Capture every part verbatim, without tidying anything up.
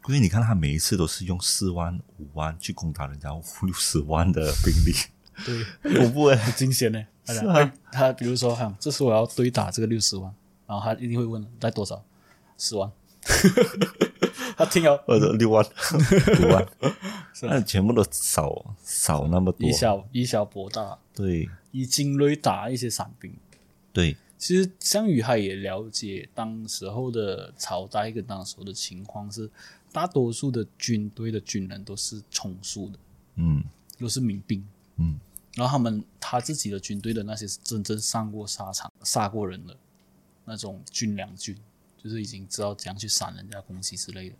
因为你看他每一次都是用四万五万去攻打人家六十万的兵力， 对， 恐怖诶， 很惊险诶。 是啊， 他比如说，这次我要对打这个六十万，然后他一定会问带多少，十万。他听了， 或者六万、五万，那全部都少少那么多， 以小以小博大， 对， 以精锐打一些散兵， 对。 其实项羽他也了解当时候的朝代跟当时候的情况是，大多数的军队的军人都是充数的， 嗯， 都是民兵， 嗯， 然后他们他自己的军队的那些是真正上过沙场、杀过人的那种军良军，就是已经知道怎样去闪人家攻击之类的。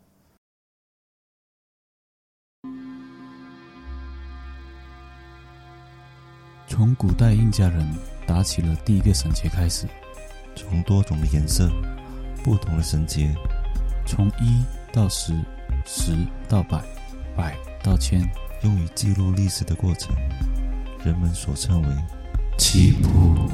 从古代印加人打起了第一个绳结开始， 从多种的颜色、不同的绳结， 从一到十，十到百，百到千， 用于记录历史的过程，人们所称为棋谱。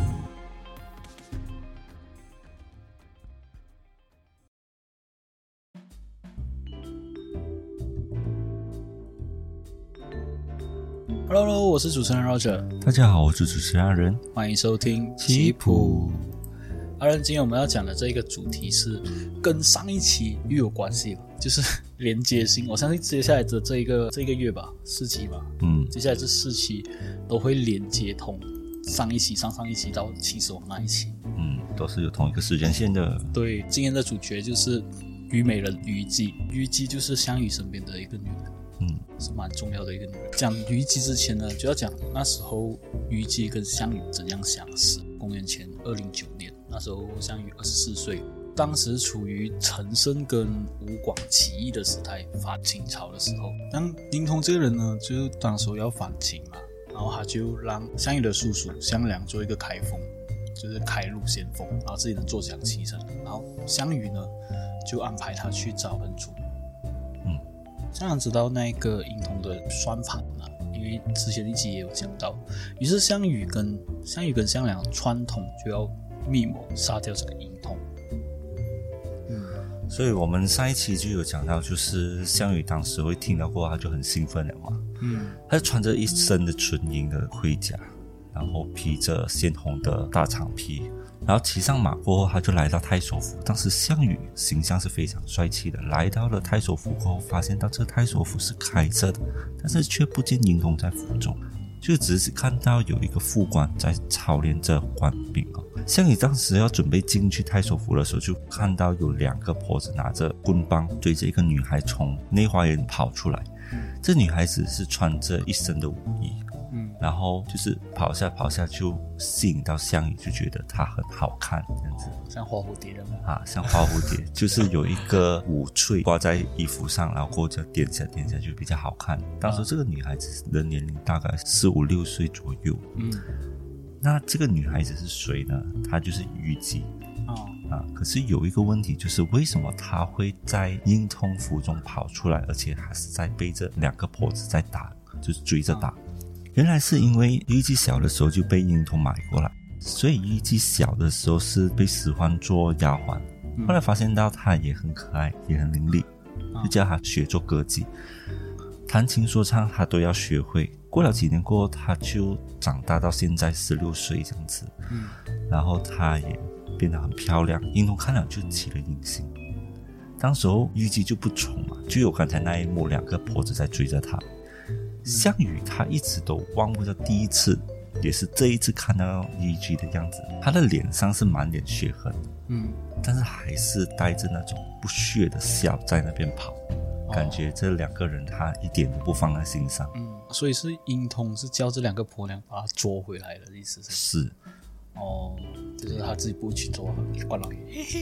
Hello, Hello 我是主持人 Roger。 大家好，我是主持人阿仁， 欢迎收听棋谱。阿仁，今天我们要讲的这个主题是跟上一期又有关系，就是连接性。我相信接下来的这一个这一个月吧，四期吧， 嗯， 接下来这四期都会连接通上一期、上上一期到秦始皇那一期， 嗯，都是有同一个时间线的。 对，今天的主角就是虞美人虞姬，虞姬就是项羽身边的一个女人。 嗯， 是蛮重要的一个女人。讲虞姬之前呢，就要讲那时候虞姬跟项羽怎样相识。公元前二零九年，那时候项羽二十四岁，当时处于陈胜跟吴广起义的时代，反秦朝的时候。那宁通这个人呢，就是当时候要反秦嘛，然后他就让项羽的叔叔项梁做一个开封，就是开路先锋，然后自己能坐享其成。然后项羽呢，就安排他去找恩主。项梁知道那个婴童的算盘啊，因为之前一集也有讲到，于是项羽跟项羽跟项梁串通，就要密谋杀掉这个婴童。 嗯，所以我们上一期就有讲到，就是项羽当时会听到过，他就很兴奋了嘛。嗯，他就穿着一身的纯银的盔甲，然后披着鲜红的大长披。然后骑上马过后，他就来到太守府。当时项羽形象是非常帅气的，来到了太守府过后，发现到这个太守府是开着的，但是却不见婴童在府中，就只是看到有一个副官在操练着官兵哦。项羽当时要准备进去太守府的时候，就看到有两个婆子拿着棍棒追着一个女孩从内花园跑出来。这女孩子是穿着一身的武衣，嗯，然后就是跑下跑下就吸引到项羽，就觉得她很好看，这样子， 像花蝴蝶的吗？ 啊，像花蝴蝶，就是有一个舞翠挂在衣服上，然后过后就点下点下就比较好看。当时这个女孩子的年龄大概四五六岁左右，嗯，那这个女孩子是谁呢？她就是虞姬。哦啊，可是有一个问题，就是为什么她会在婴童府中跑出来，而且还是在背着两个婆子在打，就是追着打。哦，原来是因为虞姬小的时候就被婴童买过来，所以虞姬小的时候是被使唤做丫鬟，嗯，后来发现到她也很可爱，也很伶俐，就叫她学做歌妓，弹琴说唱她都要学会。过了几年过后，她就长大到现在十六岁这样子，嗯，然后她也变得很漂亮，婴童看了就起了淫心。当时候虞姬就不宠嘛，就有刚才那一幕，两个婆子在追着她。项羽他一直都忘不掉第一次，也是这一次看到虞姬的样子，他的脸上是满脸血痕，嗯，但是还是带着那种不屑的笑在那边跑，哦，感觉这两个人他一点都不放在心上。 嗯，所以是婴童是叫这两个婆娘把他捉回来的意思是？ 是。 哦，就是他自己不去做关老爷。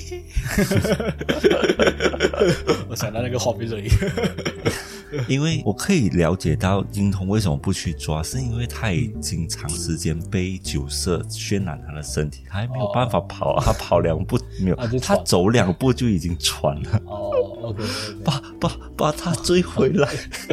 我想到那个画面而已。 因为我可以了解到婴童为什么不去抓，是因为他已经长时间被酒色渲染他的身体，他还没有办法跑，哦，他跑两步没有，他, 他走两步就已经喘了。 哦 ，OK，, okay. 把把把他追回来。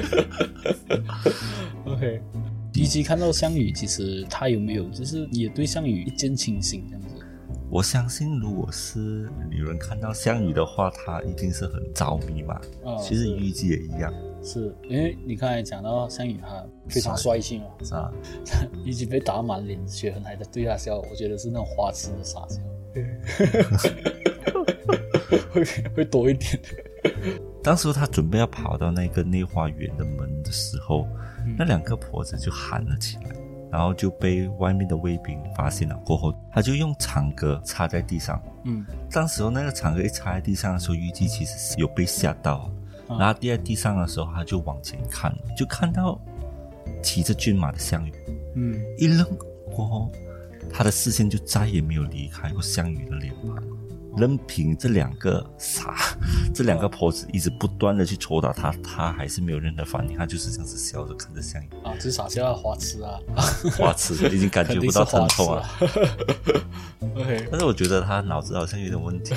OK。虞姬看到项羽，其实他有没有就是也对项羽一见倾心这样子？ 我相信如果是女人看到项羽的话，她一定是很着迷嘛。哦、其实虞姬也一样， 是因为你刚才讲到项羽他非常帅气嘛，啊，虞姬被打满脸血痕还在对他笑，我觉得是那种花痴的傻笑，会会多一点。 当时他准备要跑到那个内花园的门的时候，嗯、那两个婆子就喊了起来。然后就被外面的卫兵发现了，过后他就用长戈插在地上。嗯，当时候那个长戈一插在地上的时候，虞姬其实是有被吓到，啊、然后跌在地上的时候，他就往前看，就看到骑着骏马的项羽。嗯，一愣过后，他的视线就再也没有离开过项羽的脸庞。任凭这两个傻，这两个婆子一直不断的去戳打他，他还是没有任何反应，他就是这样子笑着看着项羽。 啊，这傻笑花痴啊， 花痴已经感觉不到疼痛啊。 OK， 但是我觉得他脑子好像有点问题。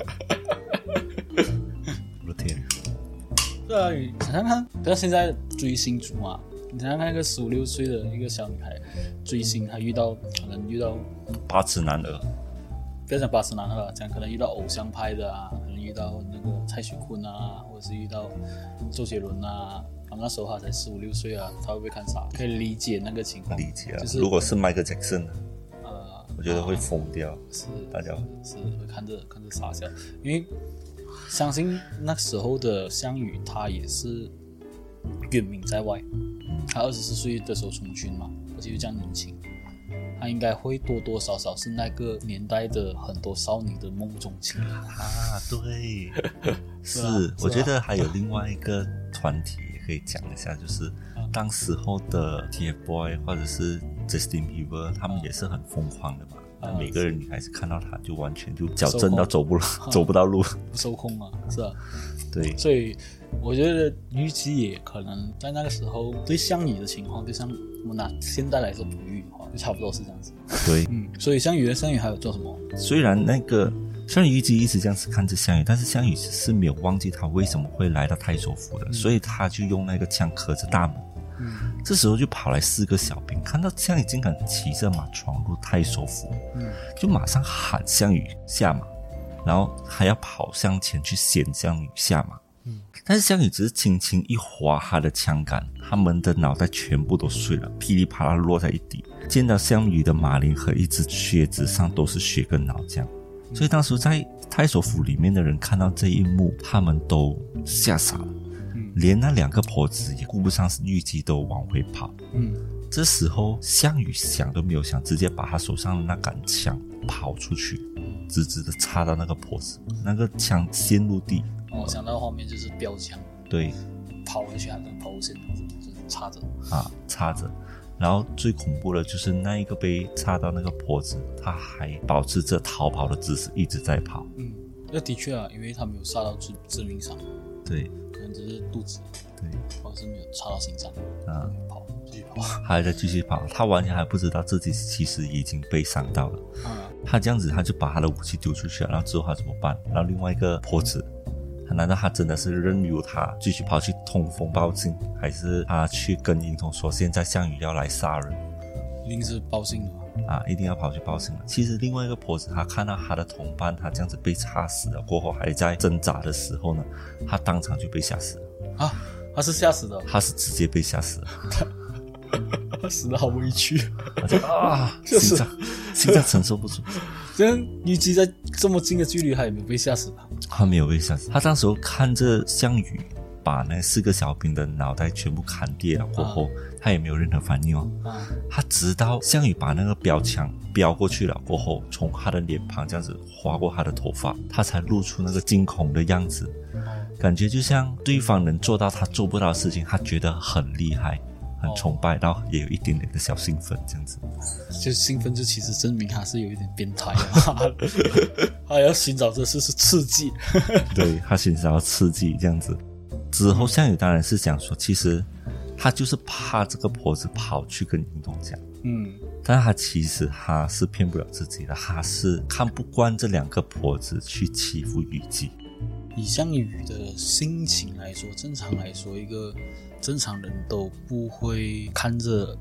我的天！ 对啊，你想想看，不要现在追星族嘛，你想想看，一个十五六岁的一个小女孩追星，她遇到可能遇到八尺男儿。 不要讲八十男了，讲可能遇到偶像派的啊，可能遇到那个蔡徐坤啊，或者是遇到周杰伦啊，啊那时候他才十五六岁啊，他会不会看傻？可以理解那个情况。 理解啊，就是如果是迈克杰克逊，呃，我觉得会疯掉。 啊、是， 大家是会看着看着傻笑，因为相信那时候的项羽他也是远名在外，嗯、他二十四岁的时候从军嘛，而且又这样年轻。他应该会多多少少是那个年代的很多少女的梦中情人啊，对，是, 是，我觉得还有另外一个团体也可以讲一下，就是当时候的 T F boy 或者是 Justin Bieber， 他们也是很疯狂的嘛。啊、每个人女孩子看到他就完全就脚震到走不走不到路， 不受控嘛，是吧？ 对， 所以我觉得虞姬也可能在那个时候对项羽的情况，就像我们拿现代来说比喻的话，就差不多是这样子。 对， 嗯，所以项羽的项羽还有做什么？ 虽然那个虽然虞姬一直这样子看着项羽，但是项羽是没有忘记他为什么会来到太守府的，嗯、所以他就用那个枪磕着大门。嗯，这时候就跑来四个小兵，看到项羽竟敢骑着马闯入太守府，嗯，就马上喊项羽下马，然后还要跑向前去掀项羽下马。嗯，但是项羽只是轻轻一划他的枪杆，他们的脑袋全部都碎了，噼里啪啦落在一地。见到项羽的马铃和一只靴子上都是血跟脑浆，所以当时在太守府里面的人看到这一幕，他们都吓傻了。连那两个婆子也顾不上虞姬，都往回跑。嗯，这时候项羽想都没有想，直接把他手上的那杆枪跑出去，直直的插到那个婆子，那个枪陷入地。 哦，想到后面就是标枪， 对， 跑回去还跟抛物线就是插着啊，插着。然后最恐怖的就是那一个被插到那个婆子，他还保持着逃跑的姿势一直在跑。 嗯，那的确啊，因为他没有杀到致致命伤。 对。 可能只是肚子， 对， 或者是没有插到心脏，啊，跑，继续跑， 还在继续跑，他完全还不知道自己其实已经被伤到了。啊，他这样子，他就把他的武器丢出去了，然后之后他怎么办？然后另外一个婆子，他难道他真的是任由他继续跑去通风报信，还是他去跟营同说现在项羽要来杀人？ 一定是报信的啊，一定要跑去报信了。其实另外一个婆子，她看到她的同伴他这样子被插死了过后，还在挣扎的时候呢，她当场就被吓死了。 啊，她是吓死的？ 她是直接被吓死了。 她死得好委屈啊！心脏心脏承受不住。 这样虞姬在这么近的距离，还有没有被吓死吧？ 她没有被吓死。她当时候看着项羽把那四个小兵的脑袋全部砍跌了过后，啊、他也没有任何反应哦。啊、他直到项羽把那个标枪飙过去了过后，从他的脸庞这样子划过他的头发，他才露出那个惊恐的样子，感觉就像对方能做到他做不到的事情，他觉得很厉害。很崇拜，然后也有一点点的小兴奋，这样子。 就兴奋，就其实证明他是有一点变态啊，他要寻找这是是刺激。 对，他寻找刺激这样子。之后项羽当然是想说，其实他就是怕这个婆子跑去跟营同讲，嗯，但是他其实他是骗不了自己的，他是看不惯这两个婆子去欺负虞姬。 以项羽的心情来说，正常来说，一个正常人都不会看着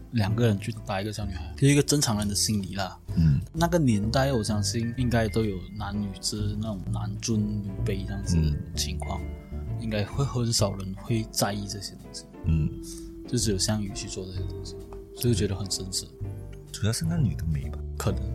两个人去打一个小女孩，就是一个正常人的心理啦。 嗯， 那个年代我相信应该都有男女之那种男尊女卑这样子的情况、嗯、应该会很少人会在意这些东西。 嗯， 就只有项羽去做这些东西，所以我觉得很真实。 主要是那女的美吧， 可能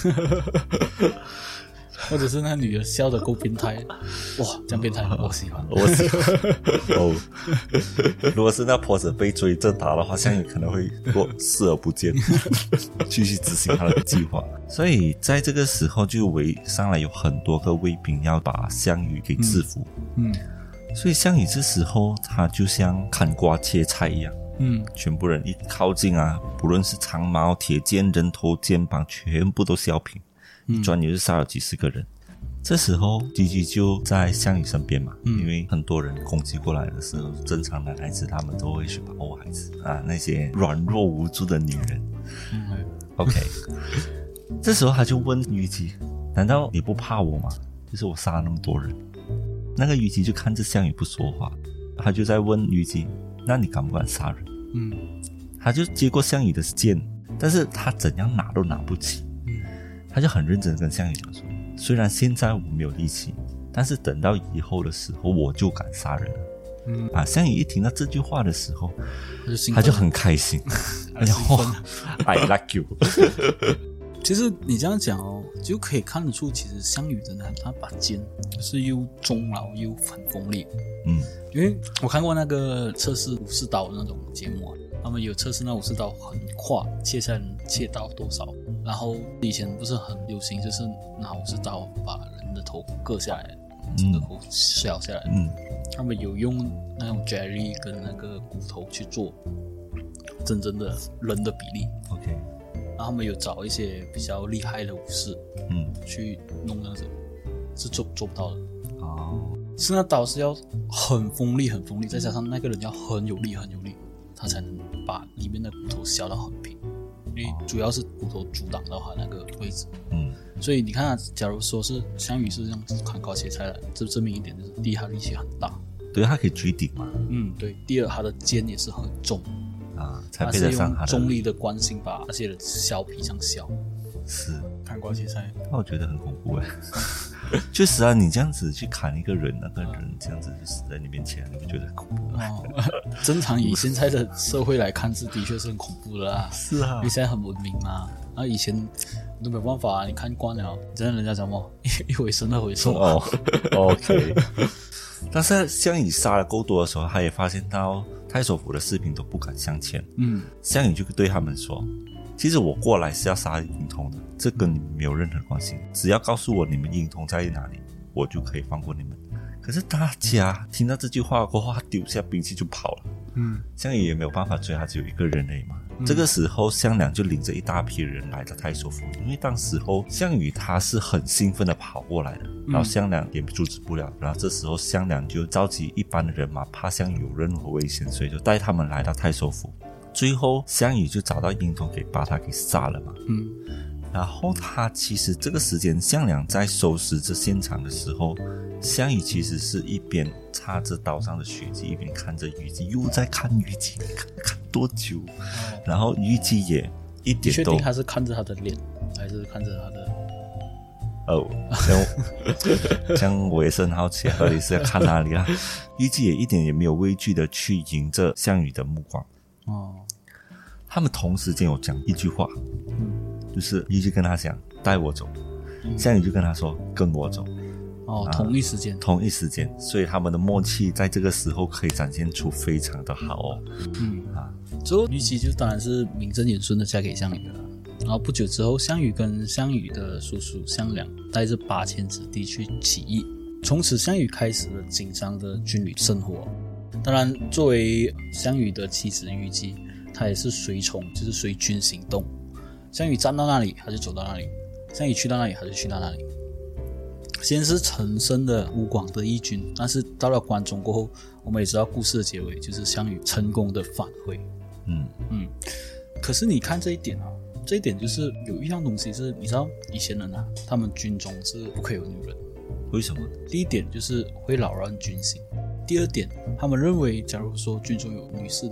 或者是那女的笑得够变态，哇，这样变态我喜欢， 我喜欢哦。如果是那婆子被追着打的话，项羽可能会视而不见，继续执行他的计划。所以在这个时候就围上来有很多个卫兵要把项羽给制服。嗯，嗯，所以项羽这时候他就像砍瓜切菜一样。嗯，全部人一靠近啊，不论是长矛、铁剑、人头、肩膀，全部都削平。一转眼就杀了几十个人。这时候吉吉就在项羽身边嘛、嗯、因为很多人攻击过来的时候，正常男孩子他们都会去保护孩子啊，那些软弱无助的女人、嗯、OK 这时候他就问虞姬，难道你不怕我吗？就是我杀了那么多人。那个虞姬就看着项羽不说话，他就在问虞姬，那你敢不敢杀人？嗯，他就接过项羽的剑，但是他怎样拿都拿不起。他就很认真跟项羽讲说，虽然现在我没有力气，但是等到以后的时候我就敢杀人了。嗯啊，项羽一听到这句话的时候，他 就, 他就很开心，他就哇 I like you 其实你这样讲哦，就可以看得出，其实项羽真的他把剑是又重然后又很锋利。嗯，因为我看过那个测试武士刀的那种节目啊，他们有测试那武士刀横跨切下来能切到多少，然后以前不是很流行就是拿武士刀把人的头割下来，整个头削下来。嗯，他们有用那种 jelly 跟那个骨头去做真正的人的比例。 OK， 然后他们有找一些比较厉害的武士嗯，去弄那样子，是做做不到的。哦，是那刀是要很锋利很锋利，再加上那个人要很有力很有力，他才能把里面的骨头削到很平，因为主要是骨头阻挡到他那个位置。嗯，所以你看、啊、假如说是项羽是这样子砍瓜切菜来，这证明一点就是第一他力气很大， 对，他可以举鼎嘛。 嗯，对。第二他的剑也是很重啊，才配得上他的他是用重力的惯性把那些人削皮上削。 是砍瓜切菜， 那我觉得很恐怖哎。确实啊，你这样子去砍一个人，那个人这样子就死在你面前，你不觉得很恐怖吗？哦， 正常以现在的社会来看，是的确是很恐怖的啦。 是啊， 因为现在很文明嘛。然后以前都没有办法啊，你看惯了，真的人家讲什么一回生二回熟。 哦 ，OK。但是项羽杀了够多的时候，他也发现到太守府的士兵都不敢向前。嗯，项羽就对他们说，其实我过来是要杀尹通的，这跟你们没有任何关系，只要告诉我你们尹通在哪里，我就可以放过你们。可是大家听到这句话过后，他丢下兵器就跑了。嗯，项羽也没有办法追，他只有一个人而已嘛。嗯、这个时候项梁就领着一大批人来到太守府，因为当时候项羽他是很兴奋的跑过来的，然后项梁也阻止不了，然后这时候项梁就召集一般的人马，怕项羽有任何危险，所以就带他们来到太守府。最后项羽就找到尹通，给把他给杀了嘛。嗯，然后他其实这个时间项梁在收拾这现场的时候，项羽其实是一边擦着刀上的血迹，一边看着虞姬，又在看虞姬，看看多久、哦、然后虞姬也一点都， 你确定他是看着他的脸还是看着他的哦，这样我也是很好奇，到底是要看哪里啊？虞姬也一点也没有畏惧的去迎着项羽的目光。哦，他们同时间有讲一句话，嗯，就是虞姬跟他讲带我走，项羽就跟他说跟我走。 哦，同一时间、啊、 同一时间，所以他们的默契在这个时候可以展现出非常的好哦。 嗯啊，之后虞姬就当然是名正言顺的嫁给项羽了。然后不久之后，项羽跟项羽的叔叔项梁带着八千子弟去起义，从此项羽开始了紧张的军旅生活。当然，作为项羽的妻子虞姬，她也是随从，就是随军行动。项羽站到那里，他就走到那里；项羽去到那里，他就去到那里。先是陈胜的吴广的义军，但是到了关中过后，我们也知道故事的结尾就是项羽成功的返回。嗯嗯，可是你看这一点啊，这一点就是有一样东西是，你知道以前人啊，他们军中是不可以有女人。 为什么？ 第一点就是会扰乱军心，第二点他们认为假如说军中有女士的话，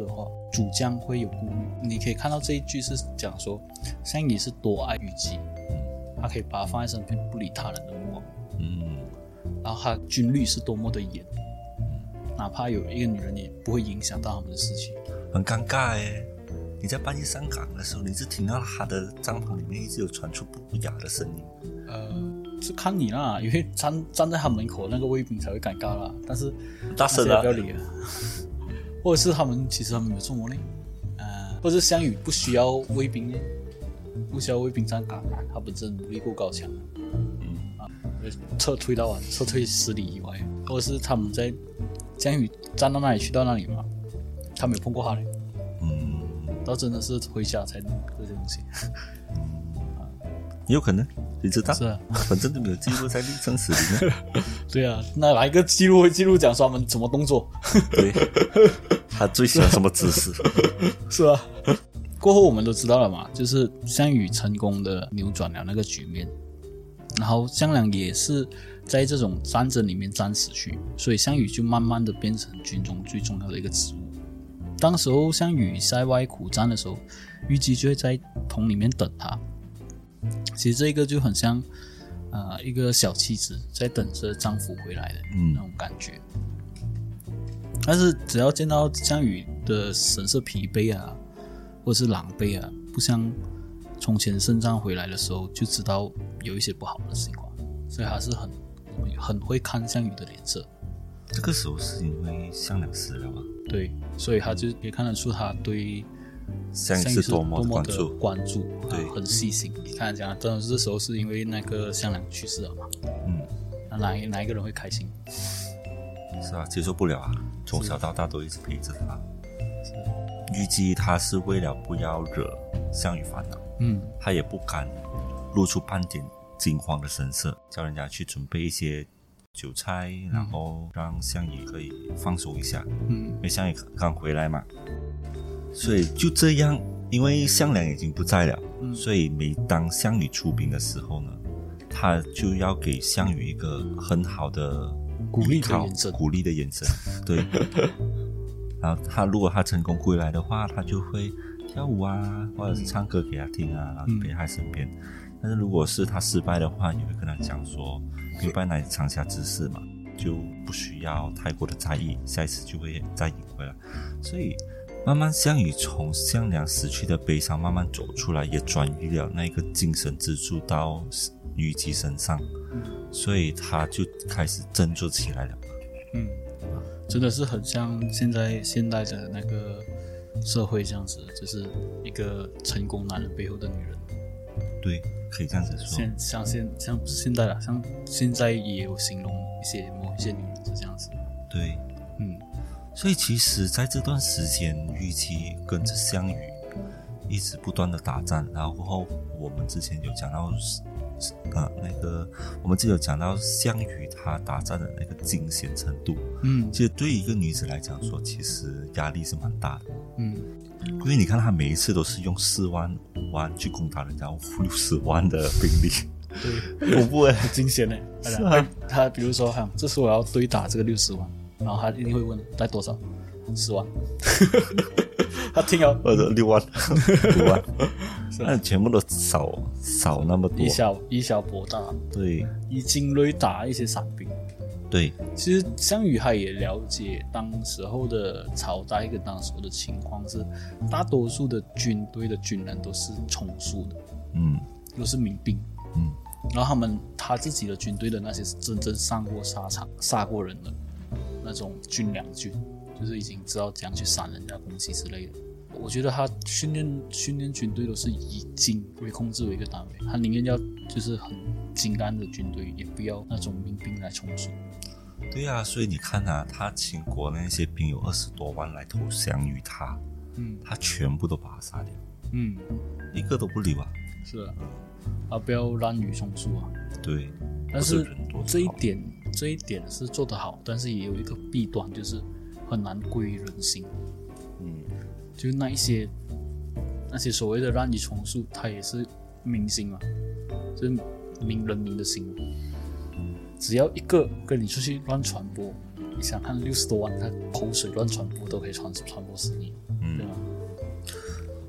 主将会有顾虑。你可以看到这一句是讲说，项羽是多爱虞姬，他可以把他放在身边，不理他人的目光。嗯，然后他军律是多么的严，哪怕有一个女人也不会影响到他们的事情。 很尴尬耶。你在半夜上岗的时候，你是听到他的帐篷里面一直有传出不雅的声音。 呃，是看你啦，因为站站在他门口那个卫兵才会尴尬啦。但是大声啊， 不要理了。或者是他们其实他们有做梦呢，呃，或者是项羽不需要卫兵呢，不需要卫兵站岗，他本身武力够高强，嗯啊，撤退到完，撤退十里以外，或者是他们在项羽站到那里去到那里嘛，他没有碰过他嘞。嗯，到真的是回家才能这些东西， 也有可能，你知道？ 是啊， 反正都没有记录在历程史里面。 对啊，那哪一个记录会记录讲说他们怎么动作？ 对，他最喜欢什么姿势？ 是啊。过后我们都知道了嘛，就是项羽成功的扭转了那个局面，然后项梁也是在这种战争里面战死去，所以项羽就慢慢的变成军中最重要的一个职务。当时候项羽在外苦战的时候，虞姬就会在桶里面等他。其实这个就很像呃一个小妻子在等着丈夫回来的那种感觉。嗯、但是只要见到项羽的神色疲惫啊，或者是狼狈啊，不像从前胜仗回来的时候，就知道有一些不好的情况，所以他是很很会看项羽的脸色。 这个时候是因为项梁死了吗？ 对，所以他就也看得出他对项羽是多么的关注， 关注， 对， 很细心。你看讲，真的这时候是因为那个项梁去世了嘛？嗯，那哪一哪一个人会开心？ 是啊，接受不了啊！从小到大都一直陪着他。虞姬他是为了不要惹项羽烦恼，嗯，他也不敢露出半点惊慌的神色，叫人家去准备一些酒菜，然后让项羽可以放松一下。嗯，因为项羽刚回来嘛，所以就这样，因为项梁已经不在了，嗯，所以每当项羽出兵的时候呢，他就要给项羽一个很好的鼓励的眼神， 鼓励的眼神，对。然后他如果他成功回来的话，他就会跳舞啊，或者是唱歌给他听啊，然后陪在他身边。嗯，但是如果是他失败的话，也会跟他讲说，明白哪里藏下知识嘛，就不需要太过的在意，下一次就会再赢回来。所以慢慢项羽从项梁死去的悲伤慢慢走出来，也转移了那个精神支柱到虞姬身上，所以他就开始振作起来了。 嗯，真的是很像现在现代的那个社会这样子，就是一个成功男人背后的女人。 对，可以这样子说。 现像现像不是现代啦，像现在也有形容一些某一些女人是这样子。 对，嗯，所以其实在这段时间，虞姬跟着项羽一直不断的打战，然后我们之前有讲到，呃，那个我们之前有讲到项羽他打战的那个惊险程度，嗯，其实对于一个女子来讲说，其实压力是蛮大的，嗯。因为你看他每一次都是用四万五万去攻打人家六十万的兵力， 对，恐怖诶，很惊险诶。 是啊， 他比如说，这次我要对打这个六十万，然后他一定会问带多少，十万。他听了， 或者六万、五万，那全部都少少那么多， 以小以小博大， 对， 以精锐打一些散兵。 对， 其实项羽他也了解当时候的朝代跟当时候的情况是，大多数的军队的军人都是充数的，嗯，都是民兵，嗯，然后他们他自己的军队的那些是真正上过沙场、杀过人的那种军良军，就是已经知道怎样去杀人家东西之类的。我觉得他训练训练军队都是以精为控制为一个单位，他宁愿要就是很精干的军队，也不要那种民兵来充数。 对啊，所以你看啊，他秦国那些兵有二十多万来投降于他，嗯，他全部都把他杀掉，嗯，一个都不留啊。 是啊，他不要滥竽充数啊。 对， 但是这一点这一点是做得好，但是也有一个弊端，就是很难归人心。嗯，就那一些那些所谓的滥竽充数，他也是民心嘛，就是民人民的心嘛。只要一个跟你出去乱传播，你想看六十多万，他口水乱传播都可以传传播死你，嗯，对吗？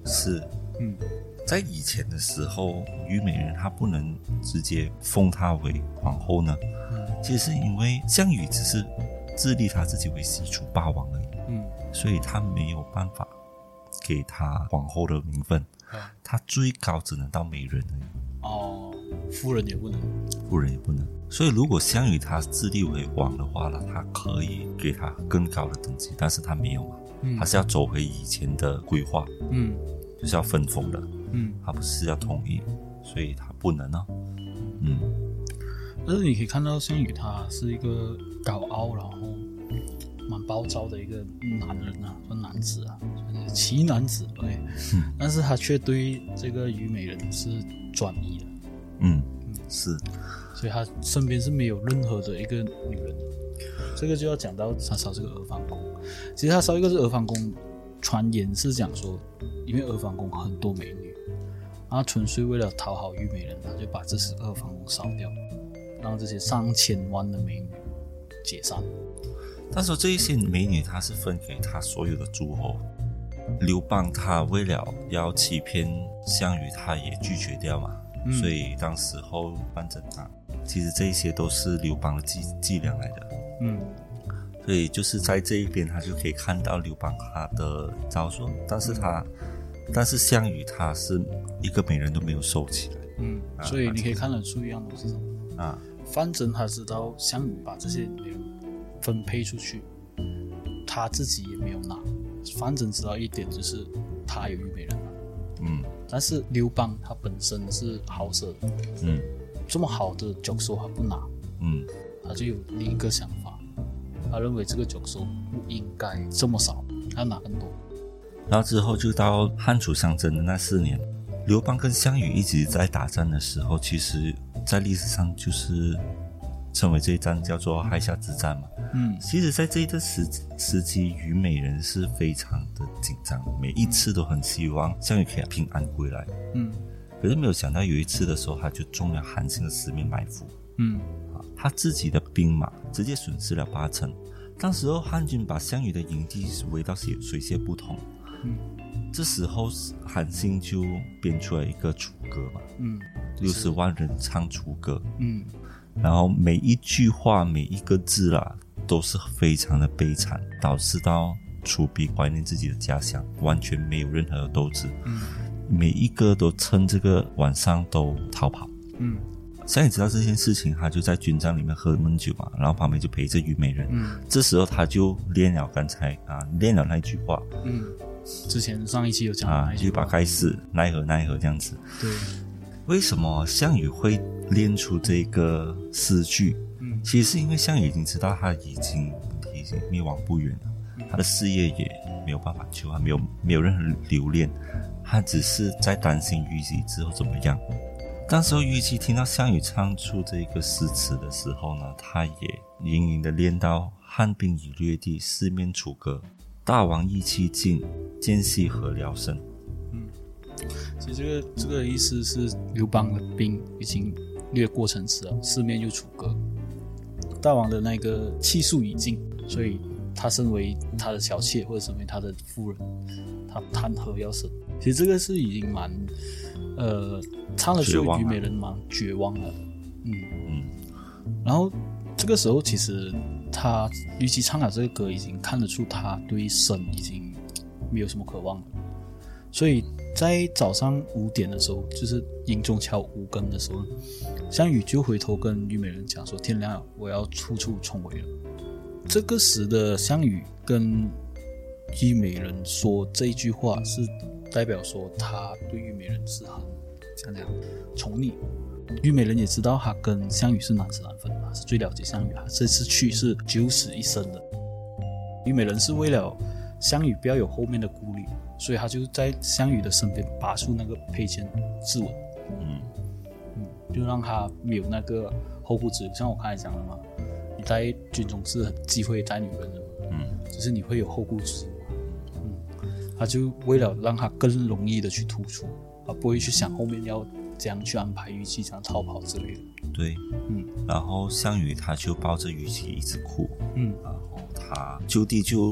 是， 嗯， 在以前的时候，虞美人她不能直接封她为皇后呢，嗯，其实是因为项羽只是自立他自己为西楚霸王而已， 嗯， 所以他没有办法给她皇后的名分， 啊， 他最高只能到美人而已。 哦，夫人也不能， 夫人也不能。所以如果项羽他自立为王的话呢，他可以给他更高的等级，但是他没有嘛，嗯，他是要走回以前的规划，嗯，就是要分封的，嗯，他不是要统一，所以他不能哦，嗯。 但是你可以看到项羽他是一个高傲，然后蛮暴躁的一个男人啊，算男子啊，奇男子 ，OK，嗯，但是他却对这个虞美人是专一的， 嗯嗯，是， 所以他身边是没有任何的一个女人的。这个就要讲到他烧这个阿房宫。其实他烧一个是阿房宫，传言是讲说，因为阿房宫很多美女，然后纯粹为了讨好虞美人，他就把这些阿房宫烧掉，让这些上千万的美女解散。 但是这一些美女她是分给他所有的诸侯，刘邦他为了要欺骗项羽，他也拒绝掉嘛，嗯，所以当时候范增啊，其实这一些都是刘邦的伎伎俩来的，嗯，所以就是在这一边他就可以看到刘邦他的招数，但是他但是项羽他是一个美人都没有收起来， 嗯，啊，所以你可以看得出一样东西是什么啊？范增他知道项羽把这些美人分配出去，他自己也没有拿。范增知道一点，就是他有虞美人嘛，嗯，但是刘邦他本身是好色的，嗯，这么好的角色他不拿，嗯，他就有另一个想法，他认为这个角色不应该这么少，他要拿更多。 然后之后就到汉楚相争的那四年，刘邦跟项羽一直在打战的时候，其实在历史上就是称为这一战叫做垓下之战嘛。嗯，其实在这一段时时期，虞美人是非常的紧张，每一次都很希望项羽可以平安归来。嗯，可是没有想到有一次的时候，他就中了韩信的四面埋伏。嗯，他自己的兵马直接损失了八成。当时候汉军把项羽的营地围到水泄不通。嗯，这时候韩信就编出了一个楚歌嘛。嗯，六十万人唱楚歌。嗯。然后每一句话每一个字啦都是非常的悲惨，导致到楚兵怀念自己的家乡，完全没有任何的斗志，嗯，每一个都趁这个晚上都逃跑。嗯，项羽知道这件事情，他就在军帐里面喝闷酒嘛，然后旁边就陪着虞美人。嗯，这时候他就练了刚才啊练了那句话， 嗯，之前上一期有讲的那一句话， 就把盖世奈何奈何这样子。 对， 为什么项羽会练出这个诗句？嗯，其实是因为项羽已经知道他已经已经灭亡不远了，嗯，他的事业也没有办法救，他没有没有任何留恋，他只是在担心虞姬之后怎么样。当时候虞姬听到项羽唱出这个诗词的时候呢，他也隐隐的练到汉兵已略地，四面楚歌，大王意气尽，间隙何聊生。 嗯，其实这个这个意思是刘邦的兵已经略过城池了，四面就楚歌，大王的那个气数已尽，所以他身为他的小妾或者身为他的夫人，他谈何要生？其实这个是已经蛮呃唱得出虞美人蛮绝望了。嗯嗯，然后这个时候其实他虞姬唱了这个歌，已经看得出他对生已经没有什么渴望了，所以在早上五点的时候，就是营中敲五更的时候，项羽就回头跟虞美人讲说：“天亮了，我要处处重围了。”这个时的项羽跟虞美人说这一句话，是代表说他对虞美人是很怎样宠溺。虞美人也知道他跟项羽是难舍难分，他是最了解项羽，他这次去是九死一生的。虞美人是为了项羽不要有后面的顾虑，所以他就在项羽的身边拔出那个佩剑自刎，嗯嗯，就让他没有那个后顾之忧。像我刚才讲的嘛，你在军中是很忌讳带女人的嘛，嗯，就是你会有后顾之忧，嗯，他就为了让他更容易的去突出，他不会去想后面要怎样去安排虞姬怎样逃跑之类的。 对，嗯，然后项羽他就抱着虞姬一直哭，嗯，然后他就地就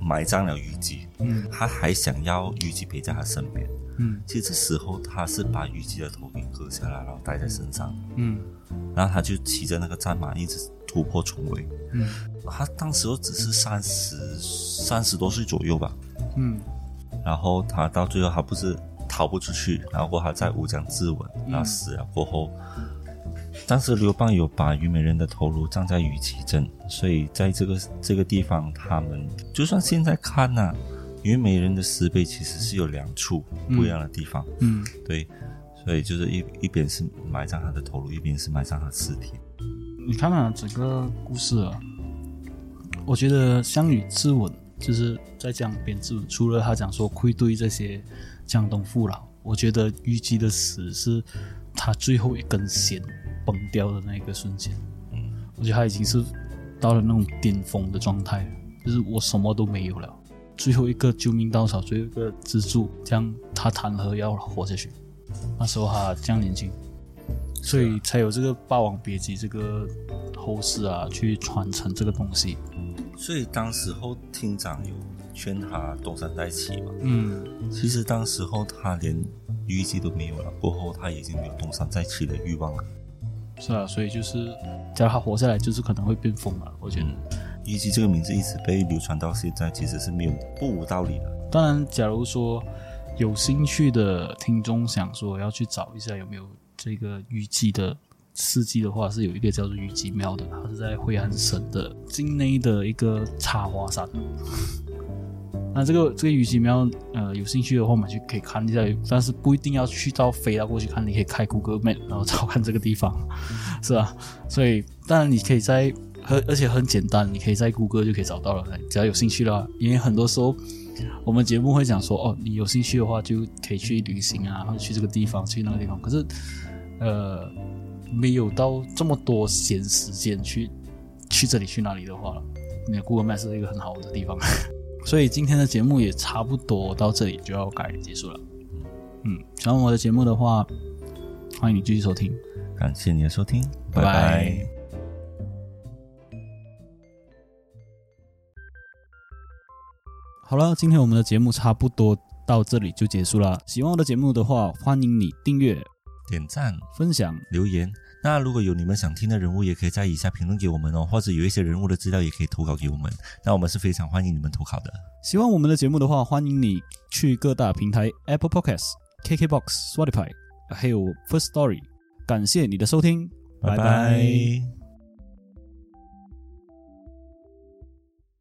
埋葬了虞姬， 嗯， 他还想要虞姬陪在他身边。 嗯， 其实这时候他是把虞姬的头给割下来，然后戴在身上。 嗯， 然后他就骑着那个战马一直突破重围。 嗯， 他当时候只是三十三十多岁左右吧。 嗯， 然后他到最后他不是逃不出去，然后他在乌江自刎，然后死了过后。当时刘邦有把虞美人的头颅葬在虞姬镇，所以在这个这个地方，他们就算现在看啊，虞美人的石碑其实是有两处不一样的地方。 嗯， 对，所以就是一一边是埋葬他的头颅，一边是埋葬他的尸体。 你看啊，整个故事啊，我觉得项羽自刎就是在江边自刎，除了他讲说愧对这些江东父老，我觉得虞姬的死是他最后一根弦崩掉的那个瞬间。嗯，我觉得他已经是到了那种巅峰的状态了，就是我什么都没有了，最后一个救命稻草，最后一个支柱，这样他谈何要活下去？那时候他这样年轻，所以才有这个《霸王别姬》这个后世啊去传承这个东西。 所以当时候厅长有劝他东山再起嘛。 嗯， 其实当时候他连虞姬都没有了，过后他已经没有东山再起的欲望了。 是啊，所以就是假如他活下来，就是可能会变疯了。我觉得虞姬这个名字一直被流传到现在，其实是没有不无道理的。 当然，假如说有兴趣的听众想说要去找一下有没有这个虞姬的事迹的话，是有一个叫做虞姬庙的，它是在惠安省的境内的一个插花山。那这个这个虞姬庙，呃，有兴趣的话，我们就可以看一下，但是不一定要去到飞到过去看，你可以开 Google Map 然后找看这个地方，是吧？所以当然你可以在，而且很简单，你可以在 Google 就可以找到了，只要有兴趣的话，因为很多时候我们节目会讲说，哦，你有兴趣的话就可以去旅行啊，或者去这个地方，去那个地方，可是，呃，没有到这么多闲时间去去这里去那里的话，你的 Google Map 是一个很好的地方。所以今天的节目也差不多到这里就要该结束了。嗯，喜欢我的节目的话，欢迎你继续收听。 感谢你的收听， 拜拜。 拜拜。 好了，今天我们的节目差不多到这里就结束了。喜欢我的节目的话，欢迎你订阅、 点赞、 分享、 留言。那如果有你们想听的人物，也可以在以下评论给我们哦，或者有一些人物的资料也可以投稿给我们，那我们是非常欢迎你们投稿的。 喜欢我们的节目的话，欢迎你去各大平台 Apple Podcasts、K K Box、Spotify 还有 First Story。感谢你的收听， 拜拜。